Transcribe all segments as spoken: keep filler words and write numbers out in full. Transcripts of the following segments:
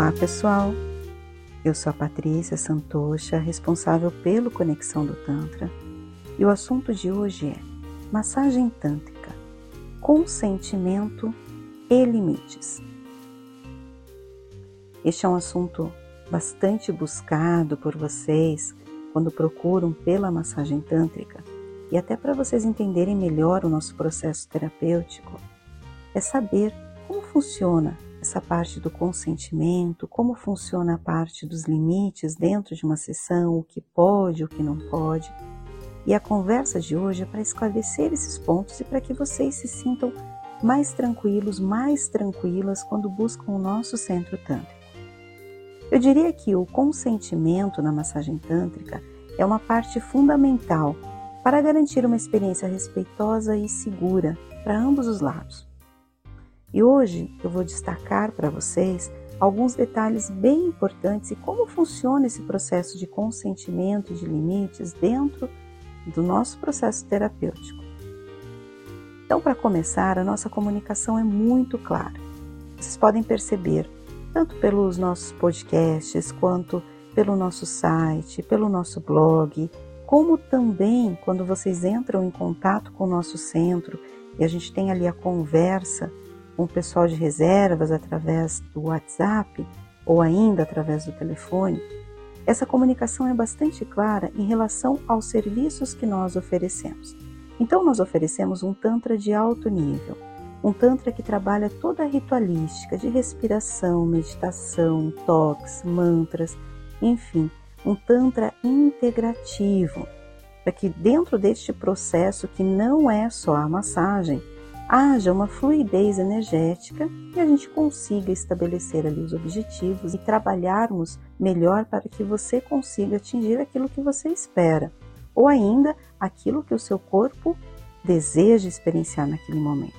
Olá pessoal, eu sou a Patrícia Santosha, responsável pelo Conexão do Tantra, e o assunto de hoje é massagem tântrica, consentimento e limites. Este é um assunto bastante buscado por vocês quando procuram pela massagem tântrica, e até para vocês entenderem melhor o nosso processo terapêutico, é saber como funciona essa parte do consentimento, como funciona a parte dos limites dentro de uma sessão, o que pode, o que não pode. E a conversa de hoje é para esclarecer esses pontos e para que vocês se sintam mais tranquilos, mais tranquilas quando buscam o nosso centro tântrico. Eu diria que o consentimento na massagem tântrica é uma parte fundamental para garantir uma experiência respeitosa e segura para ambos os lados. E hoje eu vou destacar para vocês alguns detalhes bem importantes e como funciona esse processo de consentimento e de limites dentro do nosso processo terapêutico. Então, para começar, a nossa comunicação é muito clara. Vocês podem perceber, tanto pelos nossos podcasts, quanto pelo nosso site, pelo nosso blog, como também quando vocês entram em contato com o nosso centro e a gente tem ali a conversa com o pessoal de reservas através do WhatsApp ou ainda através do telefone, essa comunicação é bastante clara em relação aos serviços que nós oferecemos. Então nós oferecemos um Tantra de alto nível, um Tantra que trabalha toda a ritualística de respiração, meditação, toques, mantras, enfim, um Tantra integrativo, para que dentro deste processo que não é só a massagem, haja uma fluidez energética e a gente consiga estabelecer ali os objetivos e trabalharmos melhor para que você consiga atingir aquilo que você espera, ou ainda aquilo que o seu corpo deseja experienciar naquele momento.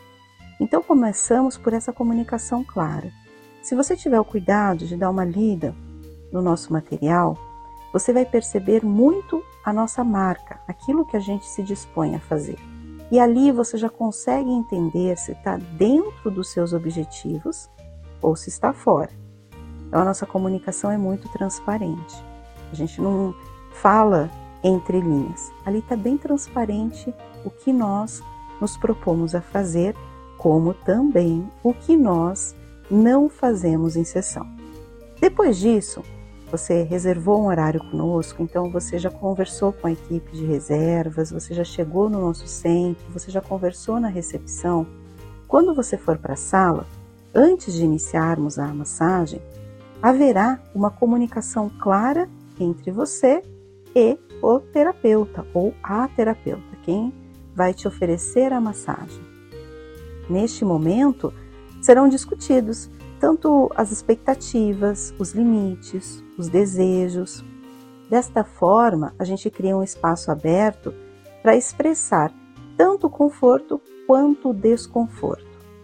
Então começamos por essa comunicação clara. Se você tiver o cuidado de dar uma lida no nosso material, você vai perceber muito a nossa marca, aquilo que a gente se dispõe a fazer. E ali você já consegue entender se está dentro dos seus objetivos ou se está fora. Então a nossa comunicação é muito transparente. A gente não fala entre linhas. Ali está bem transparente o que nós nos propomos a fazer, como também o que nós não fazemos em sessão. Depois disso, você reservou um horário conosco, então você já conversou com a equipe de reservas, você já chegou no nosso centro, você já conversou na recepção. Quando você for para a sala, antes de iniciarmos a massagem, haverá uma comunicação clara entre você e o terapeuta ou a terapeuta, quem vai te oferecer a massagem. Neste momento, serão discutidos tanto as expectativas, os limites, os desejos. Desta forma, a gente cria um espaço aberto para expressar tanto o conforto quanto o desconforto.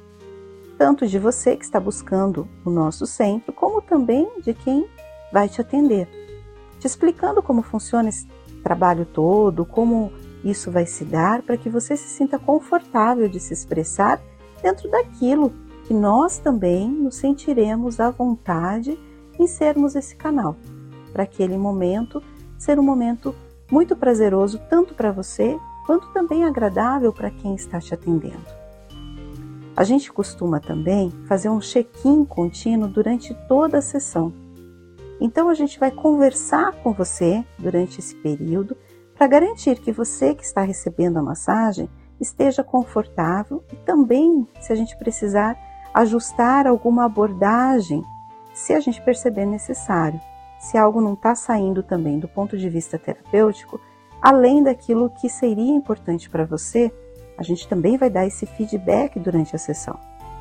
Tanto de você que está buscando o nosso centro, como também de quem vai te atender. Te explicando como funciona esse trabalho todo, como isso vai se dar, para que você se sinta confortável de se expressar dentro daquilo que nós também nos sentiremos à vontade em sermos esse canal, para aquele momento ser um momento muito prazeroso tanto para você, quanto também agradável para quem está te atendendo. A gente costuma também fazer um check-in contínuo durante toda a sessão. Então a gente vai conversar com você durante esse período para garantir que você que está recebendo a massagem esteja confortável e também, se a gente precisar, ajustar alguma abordagem se a gente perceber necessário. Se algo não está saindo também do ponto de vista terapêutico, além daquilo que seria importante para você, a gente também vai dar esse feedback durante a sessão.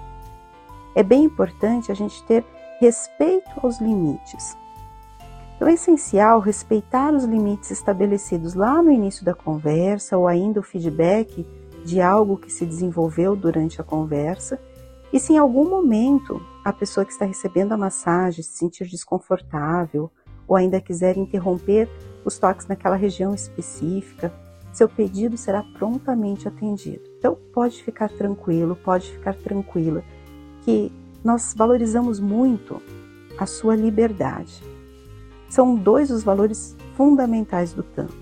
É bem importante a gente ter respeito aos limites. Então é essencial respeitar os limites estabelecidos lá no início da conversa ou ainda o feedback de algo que se desenvolveu durante a conversa. E se em algum momento a pessoa que está recebendo a massagem se sentir desconfortável ou ainda quiser interromper os toques naquela região específica, seu pedido será prontamente atendido. Então pode ficar tranquilo, pode ficar tranquila, que nós valorizamos muito a sua liberdade. São dois os valores fundamentais do Tantra: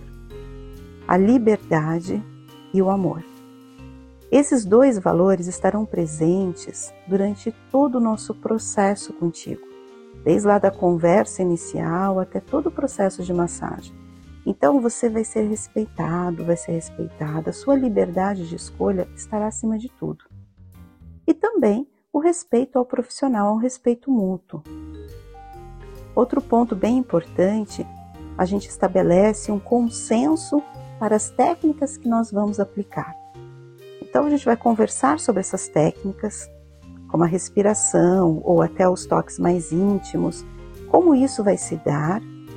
a liberdade e o amor. Esses dois valores estarão presentes durante todo o nosso processo contigo, desde lá da conversa inicial até todo o processo de massagem. Então você vai ser respeitado, vai ser respeitada, a sua liberdade de escolha estará acima de tudo. E também o respeito ao profissional, um respeito mútuo. Outro ponto bem importante, a gente estabelece um consenso para as técnicas que nós vamos aplicar. Então a gente vai conversar sobre essas técnicas, como a respiração ou até os toques mais íntimos, como isso vai se dar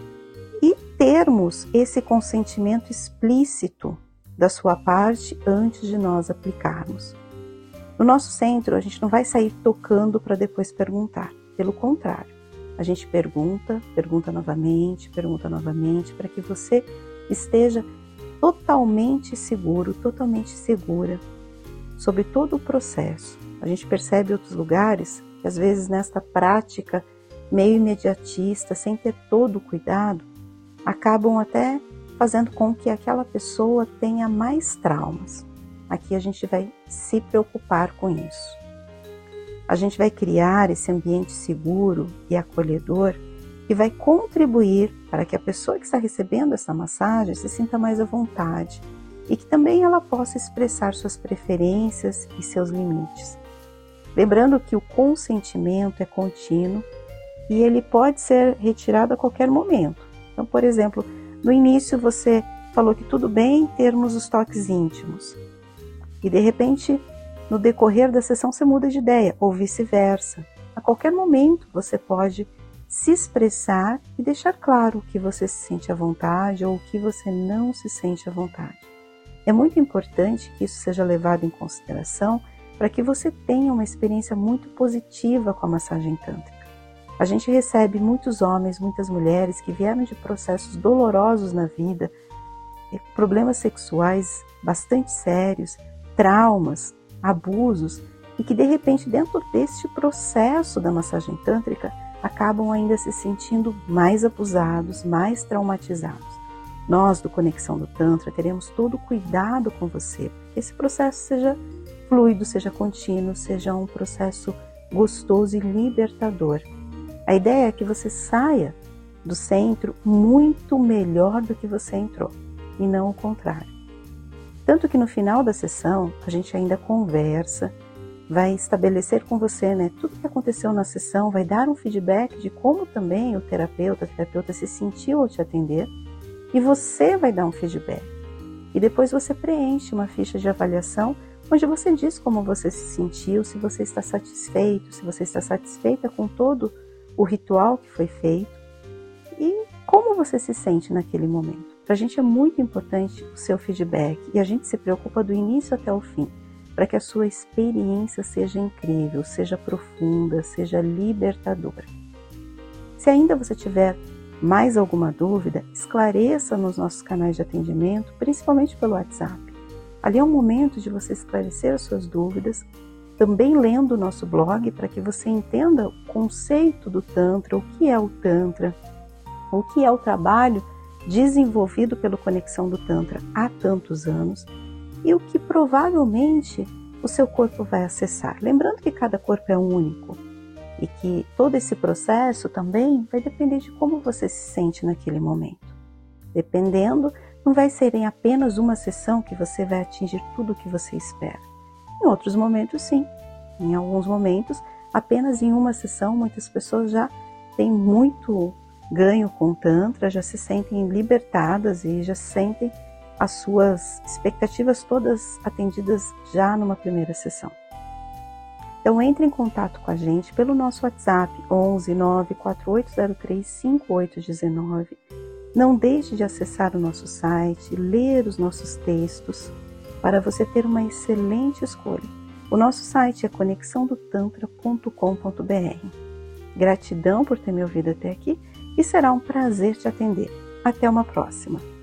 e termos esse consentimento explícito da sua parte antes de nós aplicarmos. No nosso centro, a gente não vai sair tocando para depois perguntar. Pelo contrário, a gente pergunta, pergunta novamente, pergunta novamente, para que você esteja totalmente seguro, totalmente segura sobre todo o processo. A gente percebe outros lugares que às vezes nesta prática meio imediatista, sem ter todo o cuidado, acabam até fazendo com que aquela pessoa tenha mais traumas. Aqui a gente vai se preocupar com isso. A gente vai criar esse ambiente seguro e acolhedor que vai contribuir para que a pessoa que está recebendo essa massagem se sinta mais à vontade e que também ela possa expressar suas preferências e seus limites. Lembrando que o consentimento é contínuo e ele pode ser retirado a qualquer momento. Então, por exemplo, no início você falou que tudo bem termos os toques íntimos. E de repente, no decorrer da sessão, você muda de ideia, ou vice-versa. A qualquer momento você pode se expressar e deixar claro o que você se sente à vontade ou o que você não se sente à vontade. É muito importante que isso seja levado em consideração para que você tenha uma experiência muito positiva com a massagem tântrica. A gente recebe muitos homens, muitas mulheres que vieram de processos dolorosos na vida, problemas sexuais bastante sérios, traumas, abusos, e que de repente dentro deste processo da massagem tântrica acabam ainda se sentindo mais abusados, mais traumatizados. Nós do Conexão do Tantra teremos todo o cuidado com você, para que esse processo seja fluido, seja contínuo, seja um processo gostoso e libertador. A ideia é que você saia do centro muito melhor do que você entrou, e não o contrário. Tanto que no final da sessão, a gente ainda conversa, vai estabelecer com você, né, tudo que aconteceu na sessão, vai dar um feedback de como também o terapeuta, a terapeuta se sentiu ao te atender, e você vai dar um feedback. E depois você preenche uma ficha de avaliação, onde você diz como você se sentiu, se você está satisfeito, se você está satisfeita com todo o ritual que foi feito, e como você se sente naquele momento. Para a gente é muito importante o seu feedback e a gente se preocupa do início até o fim, para que a sua experiência seja incrível, seja profunda, seja libertadora. Se ainda você tiver mais alguma dúvida, esclareça nos nossos canais de atendimento, principalmente pelo WhatsApp. Ali é um momento de você esclarecer as suas dúvidas, também lendo o nosso blog para que você entenda o conceito do Tantra, o que é o Tantra, o que é o trabalho desenvolvido pelo Conexão do Tantra há tantos anos e o que provavelmente o seu corpo vai acessar. Lembrando que cada corpo é único e que todo esse processo também vai depender de como você se sente naquele momento. Dependendo, não vai ser em apenas uma sessão que você vai atingir tudo o que você espera. Em outros momentos, sim. Em alguns momentos, apenas em uma sessão, muitas pessoas já têm muito ganho com o Tantra, já se sentem libertadas e já sentem as suas expectativas todas atendidas já numa primeira sessão. Então entre em contato com a gente pelo nosso WhatsApp onze nove quatro oito zero três cinco oito um nove. Não deixe de acessar o nosso site, ler os nossos textos para você ter uma excelente escolha. O nosso site é conexão do tantra ponto com ponto b r. Gratidão por ter me ouvido até aqui e será um prazer te atender. Até uma próxima!